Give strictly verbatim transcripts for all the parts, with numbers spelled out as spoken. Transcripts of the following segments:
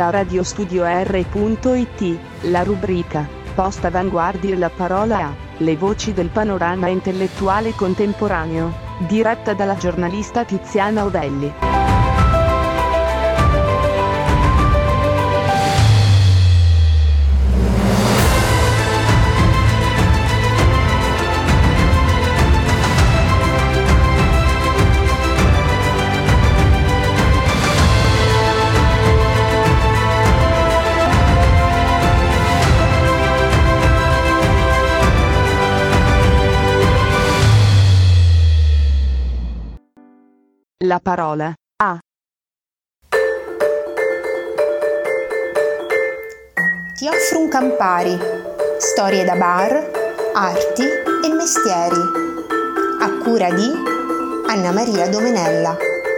da radiostudio erre punto it, la rubrica Post Avanguardia e la parola a le voci del panorama intellettuale contemporaneo, diretta dalla giornalista Tiziana Ovelli. La parola a Ti offro un Campari, storie da bar, arti e mestieri, a cura di Anna Maria Domenella.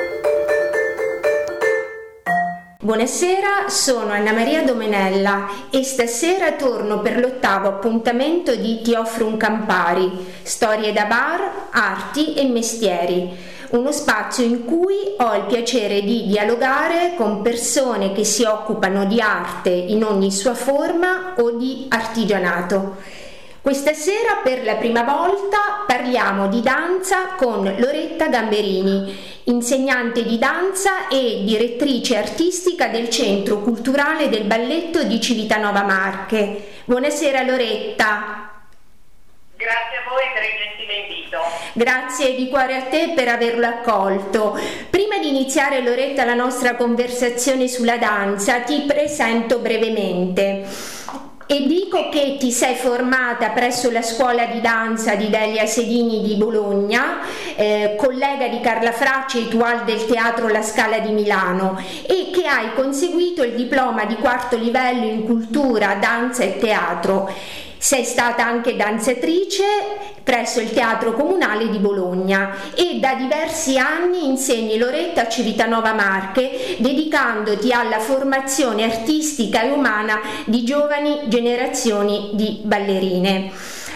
Buonasera, sono Anna Maria Domenella e stasera torno per l'ottavo appuntamento di Ti offro un Campari, storie da bar, arti e mestieri. Uno spazio in cui ho il piacere di dialogare con persone che si occupano di arte in ogni sua forma o di artigianato. Questa sera per la prima volta parliamo di danza con Loretta Gamberini, insegnante di danza e direttrice artistica del Centro Culturale del Balletto di Civitanova Marche. Buonasera Loretta. Grazie a voi per il gentile invito. Grazie di cuore a te per averlo accolto. Prima di iniziare, Loretta, la nostra conversazione sulla danza, ti presento brevemente. E dico che ti sei formata presso la scuola di danza di Delia Sedini di Bologna, eh, collega di Carla Fracci, étoile del Teatro La Scala di Milano, e che hai conseguito il diploma di quarto livello in cultura, danza e teatro. Sei stata anche danzatrice presso il Teatro Comunale di Bologna e da diversi anni insegni, Loretta, a Civitanova Marche, dedicandoti alla formazione artistica e umana di giovani generazioni di ballerine.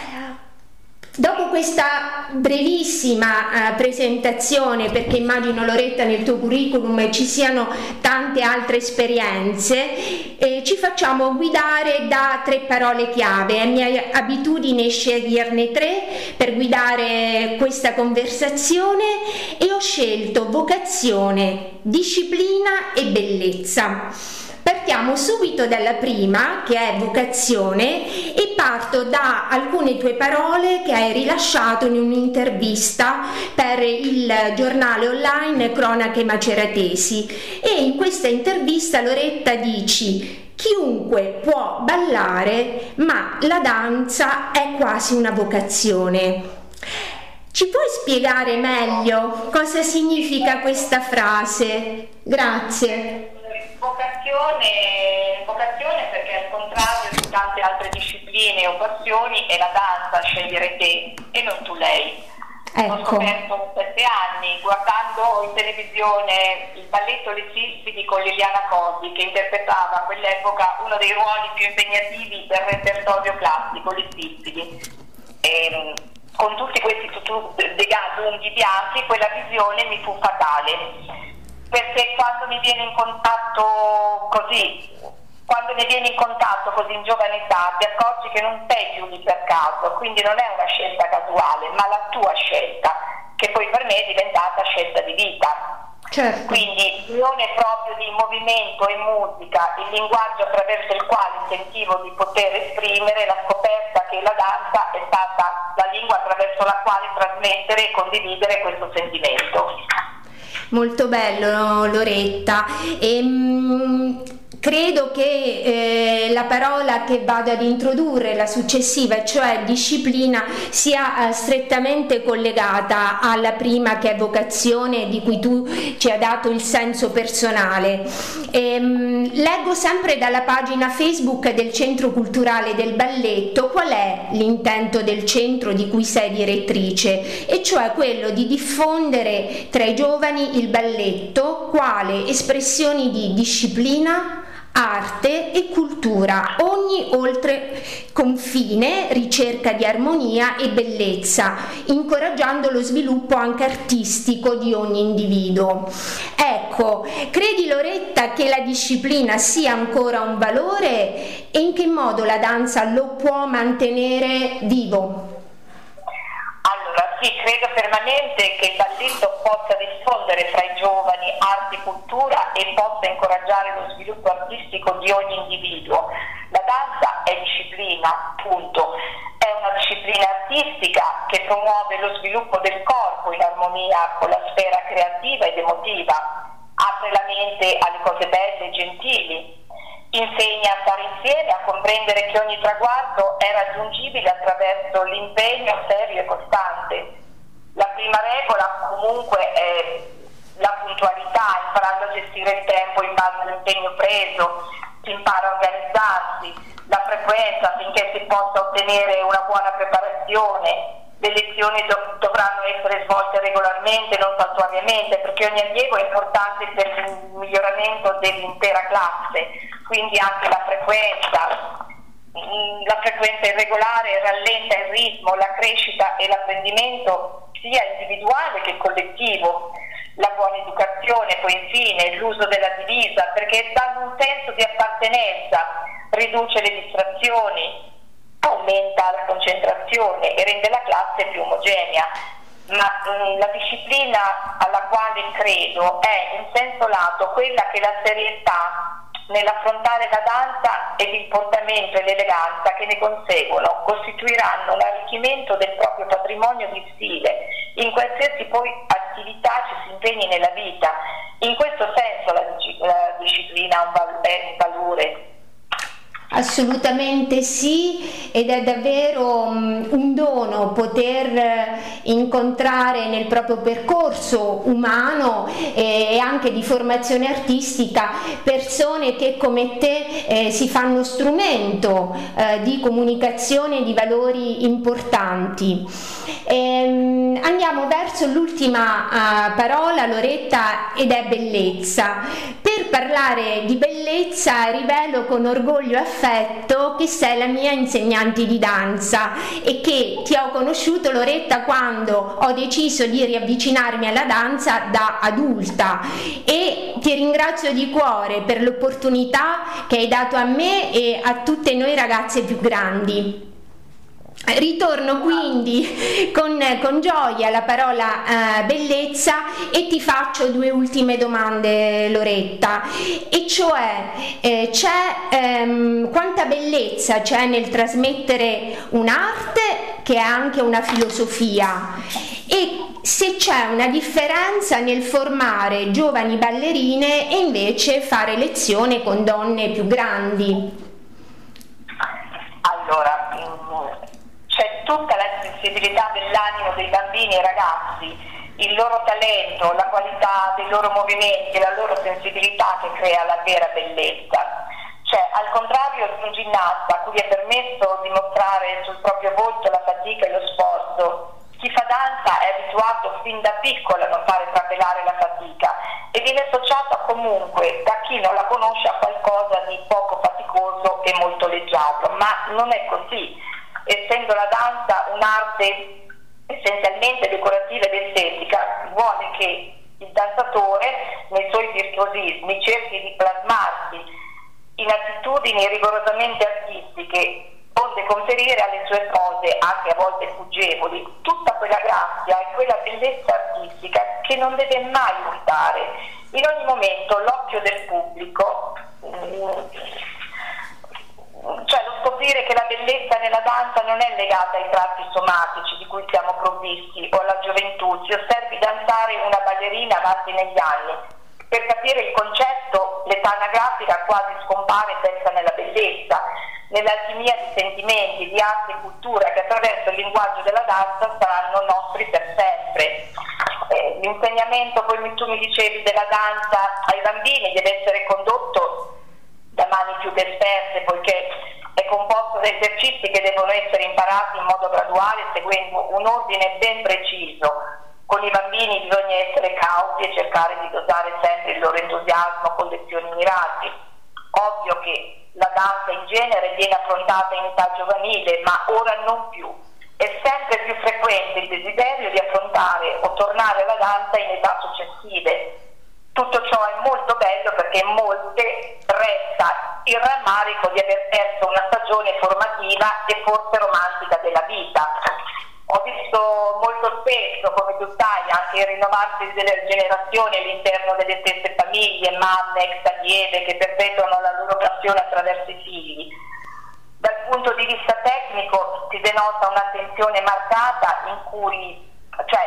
Dopo questa brevissima uh, presentazione, perché immagino, Loretta, nel tuo curriculum ci siano tante altre esperienze, eh, ci facciamo guidare da tre parole chiave. È mia abitudine sceglierne tre per guidare questa conversazione e ho scelto vocazione, disciplina e bellezza. Partiamo subito dalla prima, che è vocazione, e parto da alcune tue parole che hai rilasciato in un'intervista per il giornale online Cronache Maceratesi. E in questa intervista, Loretta, dici: chiunque può ballare, ma la danza è quasi una vocazione. Ci puoi spiegare meglio cosa significa questa frase? Grazie. Vocazione, vocazione perché al contrario di tante altre discipline o passioni è la danza a scegliere te e non tu lei. Ecco. L'ho scoperto a sette anni guardando in televisione il balletto Le Sispidi con Liliana Cosi, che interpretava a quell'epoca uno dei ruoli più impegnativi del repertorio classico, Le Sispidi. E, con tutti questi tutù lunghi bianchi, quella visione mi fu fatale. Perché quando mi viene in contatto così, quando ne vieni in contatto così in giovane età, ti accorgi che non sei più lì per caso, quindi non è una scelta casuale, ma la tua scelta, che poi per me è diventata scelta di vita. Certo. Quindi unione proprio di movimento e musica, il linguaggio attraverso il quale sentivo di poter esprimere la scoperta che la danza è stata la lingua attraverso la quale trasmettere e condividere questo sentimento. Molto bello, Loretta. Ehm, credo che eh, la parola che vado ad introdurre, la successiva, cioè disciplina, sia eh, strettamente collegata alla prima, che è vocazione, di cui tu ci hai dato il senso personale. Ehm, leggo sempre dalla pagina Facebook del Centro Culturale del Balletto qual è l'intento del centro di cui sei direttrice, e cioè quello di diffondere tra i giovani il balletto quale espressioni di disciplina, arte e cultura, ogni oltre confine ricerca di armonia e bellezza, incoraggiando lo sviluppo anche artistico di ogni individuo. Ecco, ecco, credi Loretta che la disciplina sia ancora un valore e in che modo la danza lo può mantenere vivo? Allora sì, credo fermamente che il balletto possa diffondere fra i giovani arte e cultura e possa incoraggiare lo sviluppo artistico di ogni individuo. La danza è disciplina, punto. È una disciplina artistica che promuove lo sviluppo del corpo in armonia con la sfera creativa ed emotiva, apre la mente alle cose belle e gentili, insegna a stare insieme, a comprendere che ogni traguardo è raggiungibile attraverso l'impegno serio e costante. La prima regola comunque è la puntualità, imparando a gestire il tempo in base all'impegno preso, si impara a organizzarsi, la frequenza affinché si possa ottenere una buona preparazione. Le lezioni dov- dovranno essere svolte regolarmente, non saltuariamente, perché ogni allievo è importante per il miglioramento dell'intera classe, quindi anche la frequenza. La frequenza irregolare rallenta il ritmo, la crescita e l'apprendimento sia individuale che collettivo. La buona educazione, poi infine l'uso della divisa, perché dà un senso di appartenenza, riduce le distrazioni, aumenta la concentrazione e rende la classe più omogenea. Ma mh, la disciplina alla quale credo è in senso lato quella che la serietà nell'affrontare la danza ed il portamento e l'eleganza che ne conseguono costituiranno un arricchimento del proprio patrimonio di stile in qualsiasi poi attività ci si impegni nella vita. In questo senso la, la disciplina è un, val- è un valore. Assolutamente sì, ed è davvero um, un dono poter uh, incontrare nel proprio percorso umano e, e anche di formazione artistica persone che come te eh, si fanno strumento eh, di comunicazione di valori importanti. Ehm, andiamo verso l'ultima uh, parola, Loretta, ed è bellezza. Per parlare di bellezza rivelo con orgoglio e affetto che sei la mia insegnante di danza e che ti ho conosciuto, Loretta, quando ho deciso di riavvicinarmi alla danza da adulta, e ti ringrazio di cuore per l'opportunità che hai dato a me e a tutte noi ragazze più grandi. Ritorno quindi con, con gioia alla parola eh, bellezza e ti faccio due ultime domande, Loretta, e cioè eh, c'è ehm, quanta bellezza c'è nel trasmettere un'arte che è anche una filosofia, e se c'è una differenza nel formare giovani ballerine e invece fare lezione con donne più grandi. Allora, c'è tutta la sensibilità dell'animo dei bambini e ragazzi, il loro talento, la qualità dei loro movimenti, la loro sensibilità che crea la vera bellezza. Cioè, al contrario di un ginnasta a cui è permesso di mostrare sul proprio volto la fatica e lo sforzo, chi fa danza è abituato fin da piccolo a non fare trapelare la fatica e viene associata comunque da chi non la conosce a qualcosa di poco faticoso e molto leggiadro, ma non è così. Essendo la danza un'arte essenzialmente decorativa ed estetica, vuole che il danzatore nei suoi virtuosismi cerchi di plasmarsi in attitudini rigorosamente artistiche, onde conferire alle sue pose, anche a volte fuggevoli, tutta quella grazia e quella bellezza artistica che non deve mai urtare. In ogni momento l'occhio del pubblico, cioè lo scoprire che la bellezza nella danza non è legata ai tratti somatici di cui siamo provvisti o alla gioventù. Si osservi danzare una ballerina avanti negli anni, per capire il concetto l'età anagrafica quasi scompare senza nella bellezza, nell'alchimia di sentimenti, di arte e cultura che attraverso il linguaggio della danza saranno nostri per sempre. Eh, l'insegnamento, come tu mi dicevi, della danza ai bambini deve essere condotto da mani più che esperte, poiché è composto da esercizi che devono essere imparati in modo graduale seguendo un ordine ben preciso. Con i bambini bisogna essere cauti e cercare di dosare sempre il loro entusiasmo con lezioni mirate. Ovvio che la danza in genere viene affrontata in età giovanile, ma ora non più. È sempre più frequente il desiderio di affrontare o tornare alla danza in età successive. tutto ciò è molto bello perché molte resta il rammarico di aver perso una stagione formativa e forse romantica della vita. Ho visto molto spesso, come tu sai, anche il rinnovarsi delle generazioni all'interno delle stesse famiglie, mamme, ex allieve che perpetuano la loro passione attraverso i figli. Dal punto di vista tecnico si denota un'attenzione marcata in cui, cioè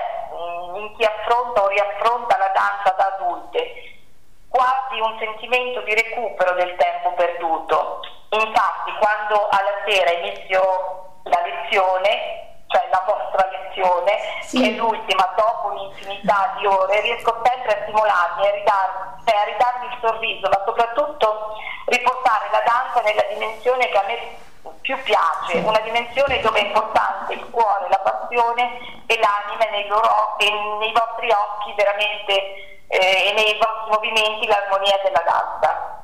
in chi affronta o riaffronta la danza da adulte, quasi un sentimento di recupero del tempo perduto. Infatti, quando alla sera inizio la lezione, cioè la vostra lezione, sì, che è l'ultima dopo un'infinità di ore, riesco sempre a stimolarmi, a ridarmi, cioè a ridarmi il sorriso, ma soprattutto riportare la danza nella dimensione che a me più piace, una dimensione dove è importante il cuore, la passione e l'anima, nei loro e nei vostri occhi veramente eh, e nei vostri movimenti l'armonia della danza.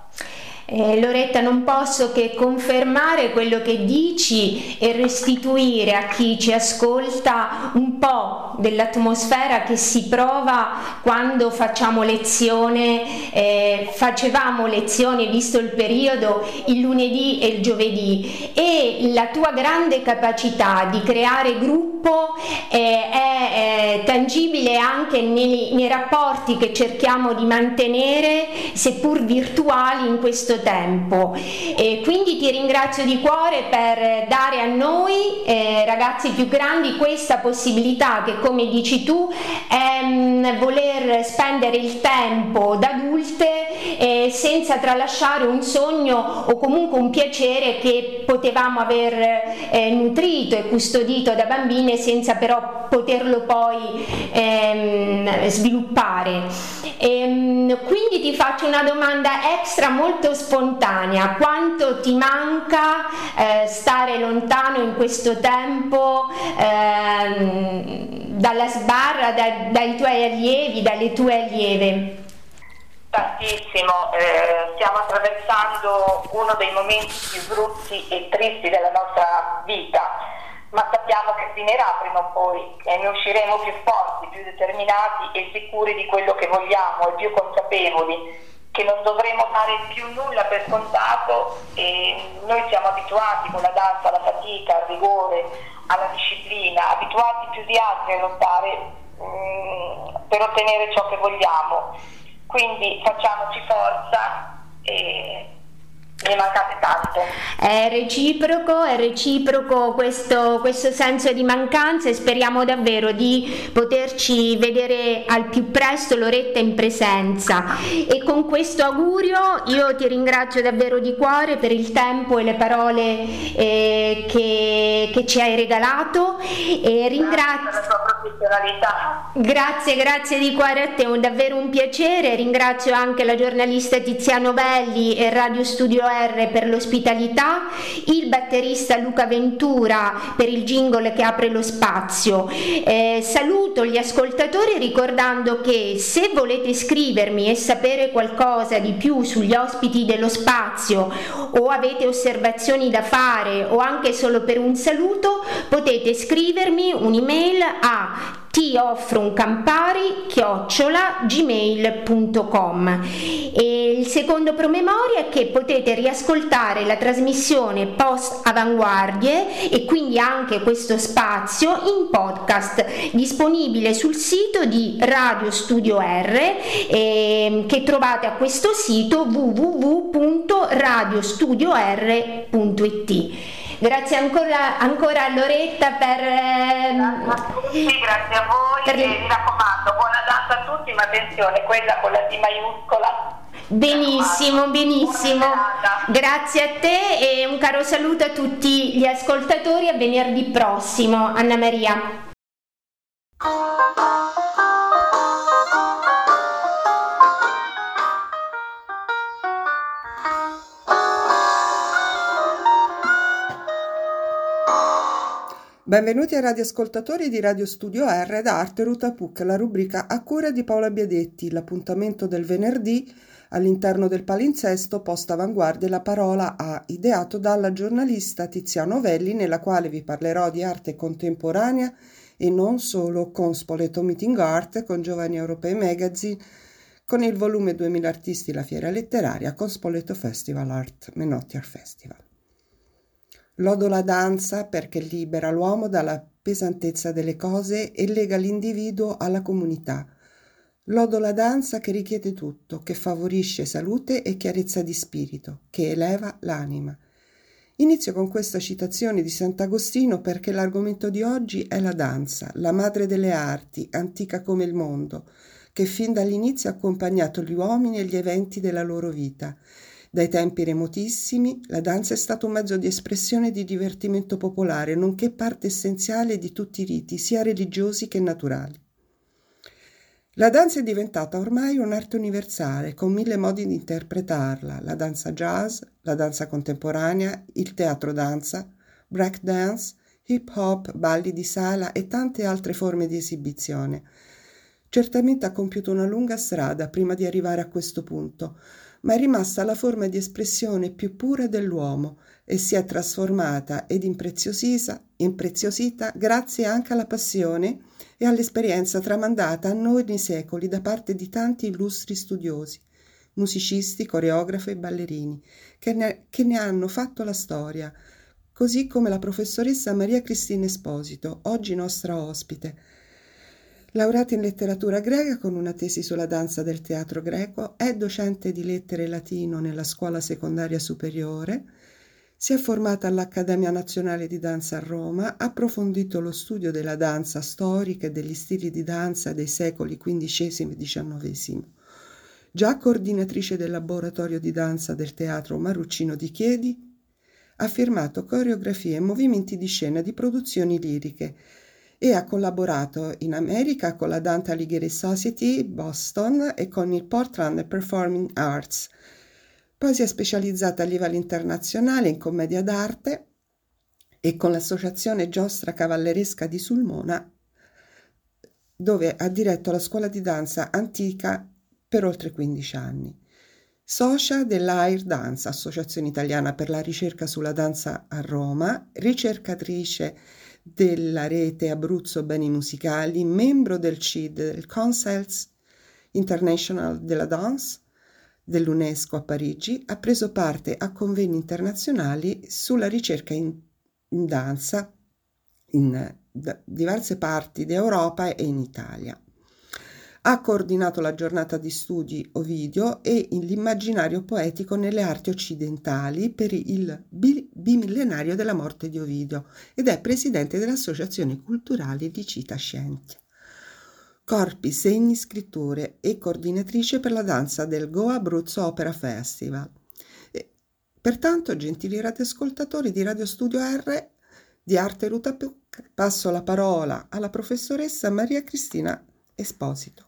Eh, Loretta, non posso che confermare quello che dici e restituire a chi ci ascolta un po' dell'atmosfera che si prova quando facciamo lezione, eh, facevamo lezione, visto il periodo, il lunedì e il giovedì, e la tua grande capacità di creare gruppo eh, è, è tangibile anche nei, nei rapporti che cerchiamo di mantenere, seppur virtuali, in questo tempo. E quindi ti ringrazio di cuore per dare a noi eh, ragazzi più grandi questa possibilità che, come dici tu, è mh, voler spendere il tempo da adulte eh, senza tralasciare un sogno o comunque un piacere che potevamo aver eh, nutrito e custodito da bambine senza però poterlo poi ehm, sviluppare. E, mh, quindi ti faccio una domanda extra molto spontanea: quanto ti manca eh, stare lontano in questo tempo eh, dalla sbarra, da, dai tuoi allievi, dalle tue allieve? Tantissimo, eh, stiamo attraversando uno dei momenti più brutti e tristi della nostra vita, ma sappiamo che finirà prima o poi e ne usciremo più forti, più determinati e sicuri di quello che vogliamo e più consapevoli che non dovremo dare più nulla per scontato. E noi siamo abituati con la danza alla fatica, al rigore, alla disciplina, abituati più di altri a lottare mh, per ottenere ciò che vogliamo, quindi facciamoci forza e mi mancate tanto. È reciproco, è reciproco questo, questo senso di mancanza, e speriamo davvero di poterci vedere al più presto, Loretta, in presenza. E con questo augurio io ti ringrazio davvero di cuore per il tempo e le parole eh, che, che ci hai regalato, e ringrazio per la tua professionalità. Grazie, grazie di cuore a te, è davvero un piacere. Ringrazio anche la giornalista Tiziana Novelli e Radio Studio R per l'ospitalità, il batterista Luca Ventura per il jingle che apre lo spazio. Eh, saluto gli ascoltatori ricordando che se volete scrivermi e sapere qualcosa di più sugli ospiti dello spazio, o avete osservazioni da fare o anche solo per un saluto, potete scrivermi un'email a ti offro un campari chiocciola gmail punto com. E il secondo promemoria è che potete riascoltare la trasmissione Post Avanguardie e quindi anche questo spazio in podcast disponibile sul sito di Radio Studio R, eh, che trovate a questo sito w w w punto radio studio r punto i t. Grazie ancora, ancora a Loretta per... Ehm, grazie a tutti, grazie a voi per... e mi raccomando, buona danza a tutti, ma attenzione, quella con la D maiuscola. Benissimo, benissimo. Grazie a te e un caro saluto a tutti gli ascoltatori. A venerdì prossimo, Anna Maria. Benvenuti ai radioascoltatori di Radio Studio R da Arte Ruta Puc, la rubrica a cura di Paola Biadetti, l'appuntamento del venerdì all'interno del palinsesto Post Avanguardie La Parola A, ideato dalla giornalista Tiziana Novelli, nella quale vi parlerò di arte contemporanea e non solo, con Spoleto Meeting Art, con Giovani Europei Magazine, con il volume duemila Artisti la Fiera Letteraria con Spoleto Festival Art Menotti Art Festival. Lodo la danza perché libera l'uomo dalla pesantezza delle cose e lega l'individuo alla comunità. Lodo la danza che richiede tutto, che favorisce salute e chiarezza di spirito, che eleva l'anima. Inizio con questa citazione di Sant'Agostino perché l'argomento di oggi è la danza, la madre delle arti, antica come il mondo, che fin dall'inizio ha accompagnato gli uomini e gli eventi della loro vita. Dai tempi remotissimi, la danza è stato un mezzo di espressione e di divertimento popolare, nonché parte essenziale di tutti i riti, sia religiosi che naturali. La danza è diventata ormai un'arte universale, con mille modi di interpretarla: la danza jazz, la danza contemporanea, il teatro danza, break dance, hip hop, balli di sala e tante altre forme di esibizione. Certamente ha compiuto una lunga strada prima di arrivare a questo punto, ma è rimasta la forma di espressione più pura dell'uomo e si è trasformata ed impreziosita, impreziosita grazie anche alla passione e all'esperienza tramandata a noi nei secoli da parte di tanti illustri studiosi, musicisti, coreografi e ballerini, che ne, che ne hanno fatto la storia, così come la professoressa Maria Cristina Esposito, oggi nostra ospite. Laureata in letteratura greca con una tesi sulla danza del teatro greco, è docente di lettere latino nella scuola secondaria superiore, si è formata all'Accademia Nazionale di Danza a Roma, ha approfondito lo studio della danza storica e degli stili di danza dei secoli quindicesimo e diciannovesimo. Già coordinatrice del laboratorio di danza del teatro Maruccino di Chiedi, ha firmato coreografie e movimenti di scena di produzioni liriche e ha collaborato in America con la Dante Alighieri Society Boston e con il Portland Performing Arts. Poi si è specializzata a livello internazionale in commedia d'arte e con l'associazione Giostra Cavalleresca di Sulmona, dove ha diretto la scuola di danza antica per oltre quindici anni. Socia dell'Air Dance, Associazione Italiana per la Ricerca sulla Danza a Roma, ricercatrice della rete Abruzzo Beni Musicali, membro del C I D, del Concerts International de la Danse dell'UNESCO a Parigi, ha preso parte a convegni internazionali sulla ricerca in, in danza in d- diverse parti d'Europa e in Italia. Ha coordinato la giornata di studi Ovidio e l'immaginario poetico nelle arti occidentali per il bimillenario della morte di Ovidio ed è presidente delle associazioni culturali di Cita Scientia. Corpi, segni, scritture e coordinatrice per la danza del Goa Abruzzo Opera Festival. E, pertanto, gentili radioascoltatori di Radio Studio R di Arte Ruta Puc, passo la parola alla professoressa Maria Cristina Esposito.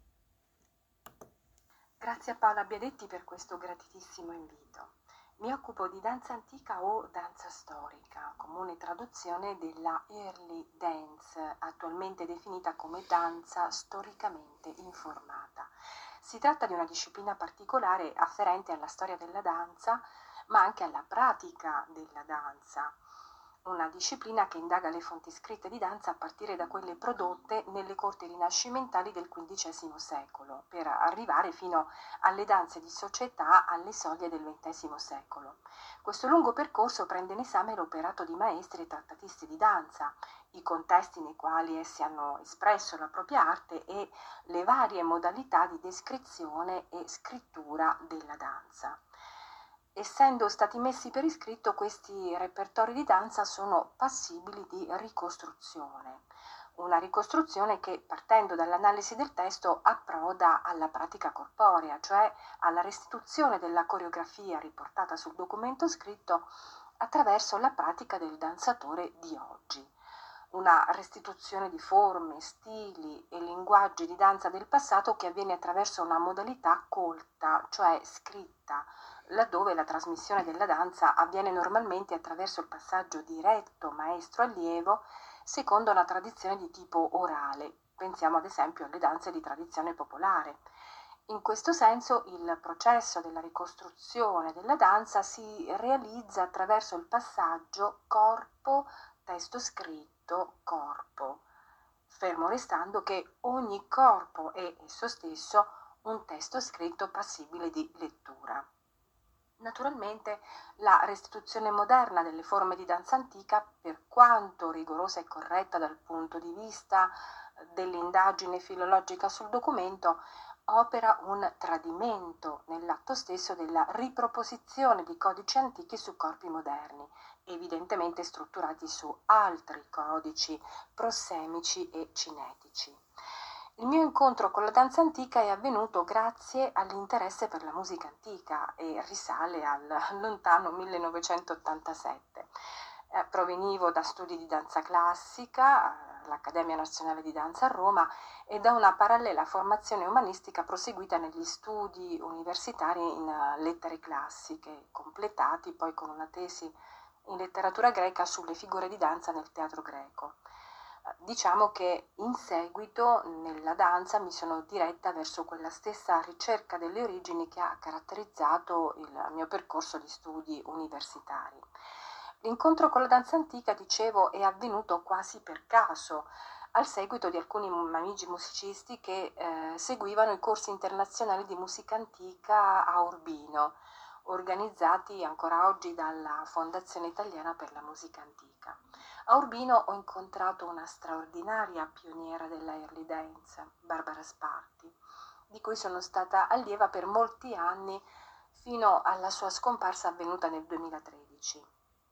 Grazie a Paola Biadetti per questo gratitissimo invito. Mi occupo di danza antica o danza storica, comune traduzione della Early Dance, attualmente definita come danza storicamente informata. Si tratta di una disciplina particolare afferente alla storia della danza, ma anche alla pratica della danza. Una disciplina che indaga le fonti scritte di danza a partire da quelle prodotte nelle corti rinascimentali del quindicesimo secolo, per arrivare fino alle danze di società alle soglie del ventesimo secolo. Questo lungo percorso prende in esame l'operato di maestri e trattatisti di danza, i contesti nei quali essi hanno espresso la propria arte e le varie modalità di descrizione e scrittura della danza. Essendo stati messi per iscritto, questi repertori di danza sono passibili di ricostruzione. Una ricostruzione che, partendo dall'analisi del testo, approda alla pratica corporea, cioè alla restituzione della coreografia riportata sul documento scritto attraverso la pratica del danzatore di oggi. Una restituzione di forme, stili e linguaggi di danza del passato che avviene attraverso una modalità colta, cioè scritta, laddove la trasmissione della danza avviene normalmente attraverso il passaggio diretto maestro-allievo secondo una tradizione di tipo orale. Pensiamo ad esempio alle danze di tradizione popolare. In questo senso il processo della ricostruzione della danza si realizza attraverso il passaggio corpo, testo scritto, corpo, fermo restando che ogni corpo è esso stesso un testo scritto passibile di lettura. Naturalmente la restituzione moderna delle forme di danza antica, per quanto rigorosa e corretta dal punto di vista dell'indagine filologica sul documento, opera un tradimento nell'atto stesso della riproposizione di codici antichi su corpi moderni, evidentemente strutturati su altri codici prossemici e cinetici. Il mio incontro con la danza antica è avvenuto grazie all'interesse per la musica antica e risale al lontano millenovecentottantasette. Eh, provenivo da studi di danza classica all'Accademia Nazionale di Danza a Roma e da una parallela formazione umanistica proseguita negli studi universitari in lettere classiche, completati poi con una tesi in letteratura greca sulle figure di danza nel teatro greco. Diciamo che in seguito nella danza mi sono diretta verso quella stessa ricerca delle origini che ha caratterizzato il mio percorso di studi universitari. L'incontro con la danza antica, dicevo, è avvenuto quasi per caso, al seguito di alcuni amici musicisti che eh, seguivano i corsi internazionali di musica antica a Urbino, organizzati ancora oggi dalla Fondazione Italiana per la Musica Antica. A Urbino ho incontrato una straordinaria pioniera della early dance, Barbara Sparti, di cui sono stata allieva per molti anni fino alla sua scomparsa avvenuta nel duemilatredici.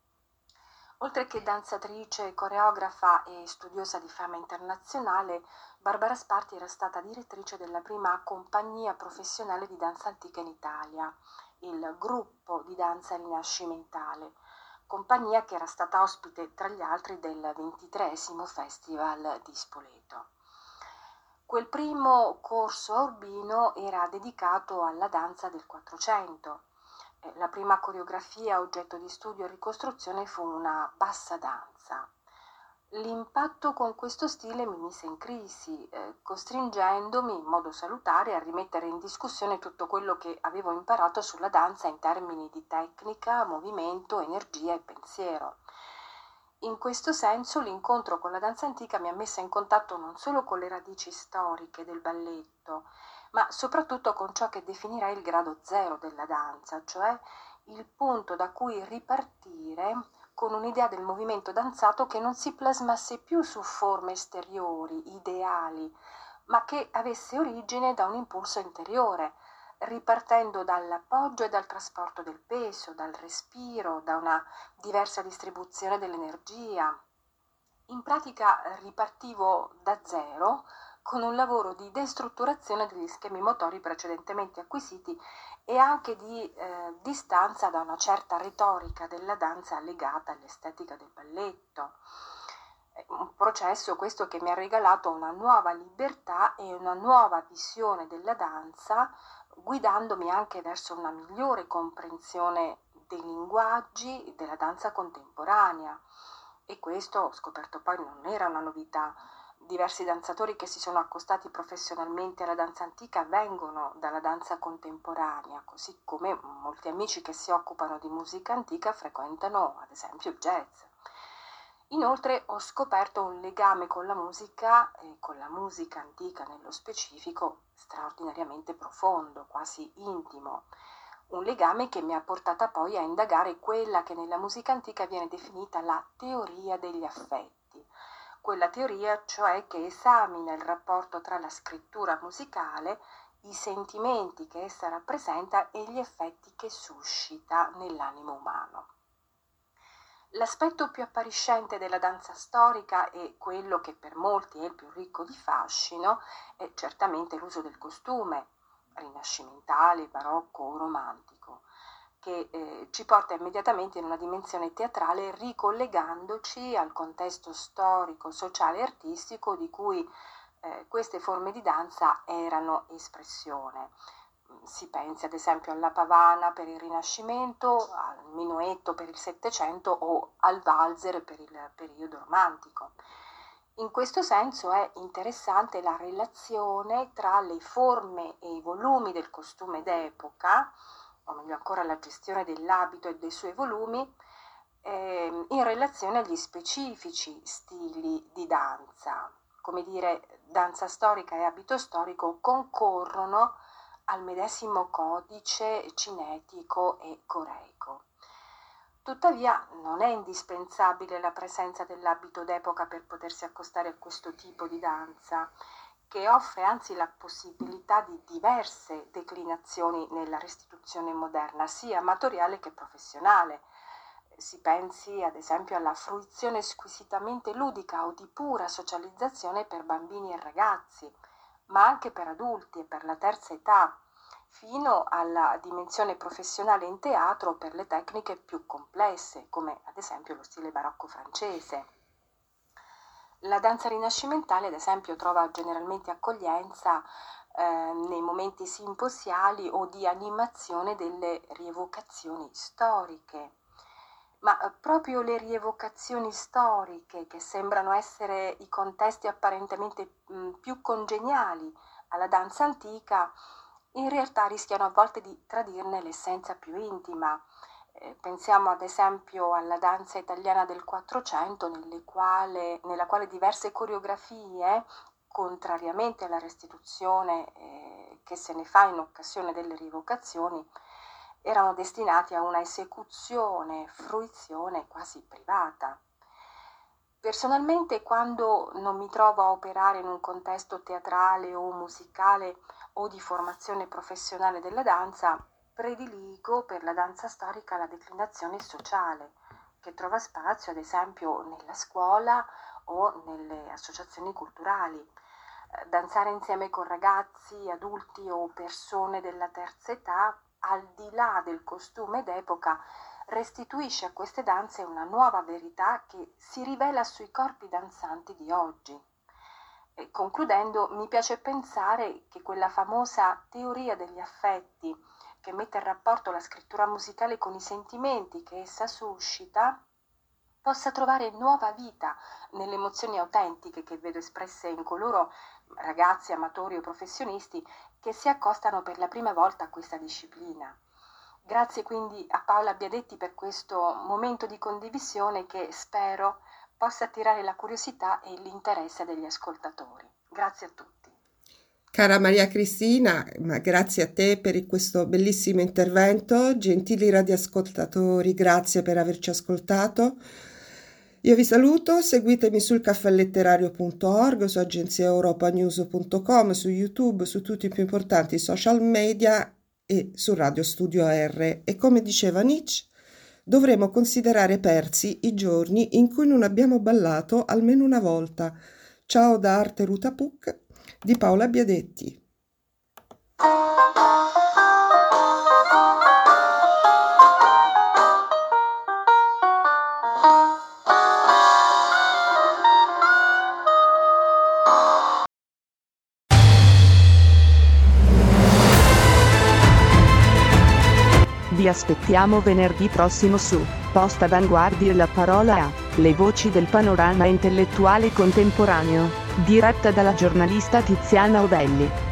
Oltre che danzatrice, coreografa e studiosa di fama internazionale, Barbara Sparti era stata direttrice della prima compagnia professionale di danza antica in Italia, il Gruppo di Danza Rinascimentale, compagnia che era stata ospite tra gli altri del ventitreesimo Festival di Spoleto. Quel primo corso a Urbino era dedicato alla danza del Quattrocento. La prima coreografia oggetto di studio e ricostruzione fu una bassa danza. L'impatto con questo stile mi mise in crisi, eh, costringendomi in modo salutare a rimettere in discussione tutto quello che avevo imparato sulla danza in termini di tecnica, movimento, energia e pensiero. In questo senso l'incontro con la danza antica mi ha messa in contatto non solo con le radici storiche del balletto, ma soprattutto con ciò che definirei il grado zero della danza, cioè il punto da cui ripartire con un'idea del movimento danzato che non si plasmasse più su forme esteriori, ideali, ma che avesse origine da un impulso interiore, ripartendo dall'appoggio e dal trasporto del peso, dal respiro, da una diversa distribuzione dell'energia. In pratica ripartivo da zero con un lavoro di destrutturazione degli schemi motori precedentemente acquisiti e anche di eh, distanza da una certa retorica della danza legata all'estetica del balletto. Un processo questo che mi ha regalato una nuova libertà e una nuova visione della danza, guidandomi anche verso una migliore comprensione dei linguaggi della danza contemporanea. E questo, ho scoperto poi, non era una novità. Diversi danzatori che si sono accostati professionalmente alla danza antica vengono dalla danza contemporanea, così come molti amici che si occupano di musica antica frequentano ad esempio il jazz. Inoltre ho scoperto un legame con la musica e con la musica antica nello specifico straordinariamente profondo, quasi intimo. Un legame che mi ha portata poi a indagare quella che nella musica antica viene definita la teoria degli affetti. Quella teoria, cioè, che esamina il rapporto tra la scrittura musicale, i sentimenti che essa rappresenta e gli effetti che suscita nell'animo umano. L'aspetto più appariscente della danza storica e quello che per molti è il più ricco di fascino è certamente l'uso del costume, rinascimentale, barocco o romantico, che eh, ci porta immediatamente in una dimensione teatrale ricollegandoci al contesto storico, sociale e artistico di cui eh, queste forme di danza erano espressione. Si pensi ad esempio alla pavana per il Rinascimento, al minuetto per il Settecento o al valzer per il periodo romantico. In questo senso è interessante la relazione tra le forme e i volumi del costume d'epoca, o meglio ancora la gestione dell'abito e dei suoi volumi, eh, in relazione agli specifici stili di danza. Come dire, danza storica e abito storico concorrono al medesimo codice cinetico e coreico. Tuttavia non è indispensabile la presenza dell'abito d'epoca per potersi accostare a questo tipo di danza, che offre anzi la possibilità di diverse declinazioni nella restituzione moderna, sia amatoriale che professionale. Si pensi ad esempio alla fruizione squisitamente ludica o di pura socializzazione per bambini e ragazzi, ma anche per adulti e per la terza età, fino alla dimensione professionale in teatro per le tecniche più complesse, come ad esempio lo stile barocco francese. La danza rinascimentale, ad esempio, trova generalmente accoglienza eh, nei momenti simposiali o di animazione delle rievocazioni storiche. Ma proprio le rievocazioni storiche, che sembrano essere i contesti apparentemente mh, più congeniali alla danza antica, in realtà rischiano a volte di tradirne l'essenza più intima. Eh, pensiamo ad esempio alla danza italiana del Quattrocento, nelle quale, nella quale diverse coreografie, contrariamente alla restituzione eh, che se ne fa in occasione delle rievocazioni, erano destinati a una esecuzione, fruizione quasi privata. Personalmente, quando non mi trovo a operare in un contesto teatrale o musicale o di formazione professionale della danza, prediligo per la danza storica la declinazione sociale, che trova spazio ad esempio nella scuola o nelle associazioni culturali. Danzare insieme con ragazzi, adulti o persone della terza età, al di là del costume d'epoca, restituisce a queste danze una nuova verità che si rivela sui corpi danzanti di oggi. E concludendo, mi piace pensare che quella famosa teoria degli affetti, che mette in rapporto la scrittura musicale con i sentimenti che essa suscita, possa trovare nuova vita nelle emozioni autentiche che vedo espresse in coloro, ragazzi, amatori o professionisti, che si accostano per la prima volta a questa disciplina. Grazie quindi a Paola Biadetti per questo momento di condivisione che spero possa attirare la curiosità e l'interesse degli ascoltatori. Grazie a tutti. Cara Maria Cristina, ma grazie a te per questo bellissimo intervento. Gentili radioascoltatori, grazie per averci ascoltato. Io vi saluto, seguitemi sul caffè letterario punto org, su agenzia europa news punto com, su YouTube, su tutti i più importanti social media e su Radio Studio R. E come diceva Nietzsche, dovremo considerare persi i giorni in cui non abbiamo ballato almeno una volta. Ciao da Arte Ruta Puc di Paola Biadetti. Vi aspettiamo venerdì prossimo su Post Avanguardia e la parola a le voci del panorama intellettuale contemporaneo, diretta dalla giornalista Tiziana Ovelli.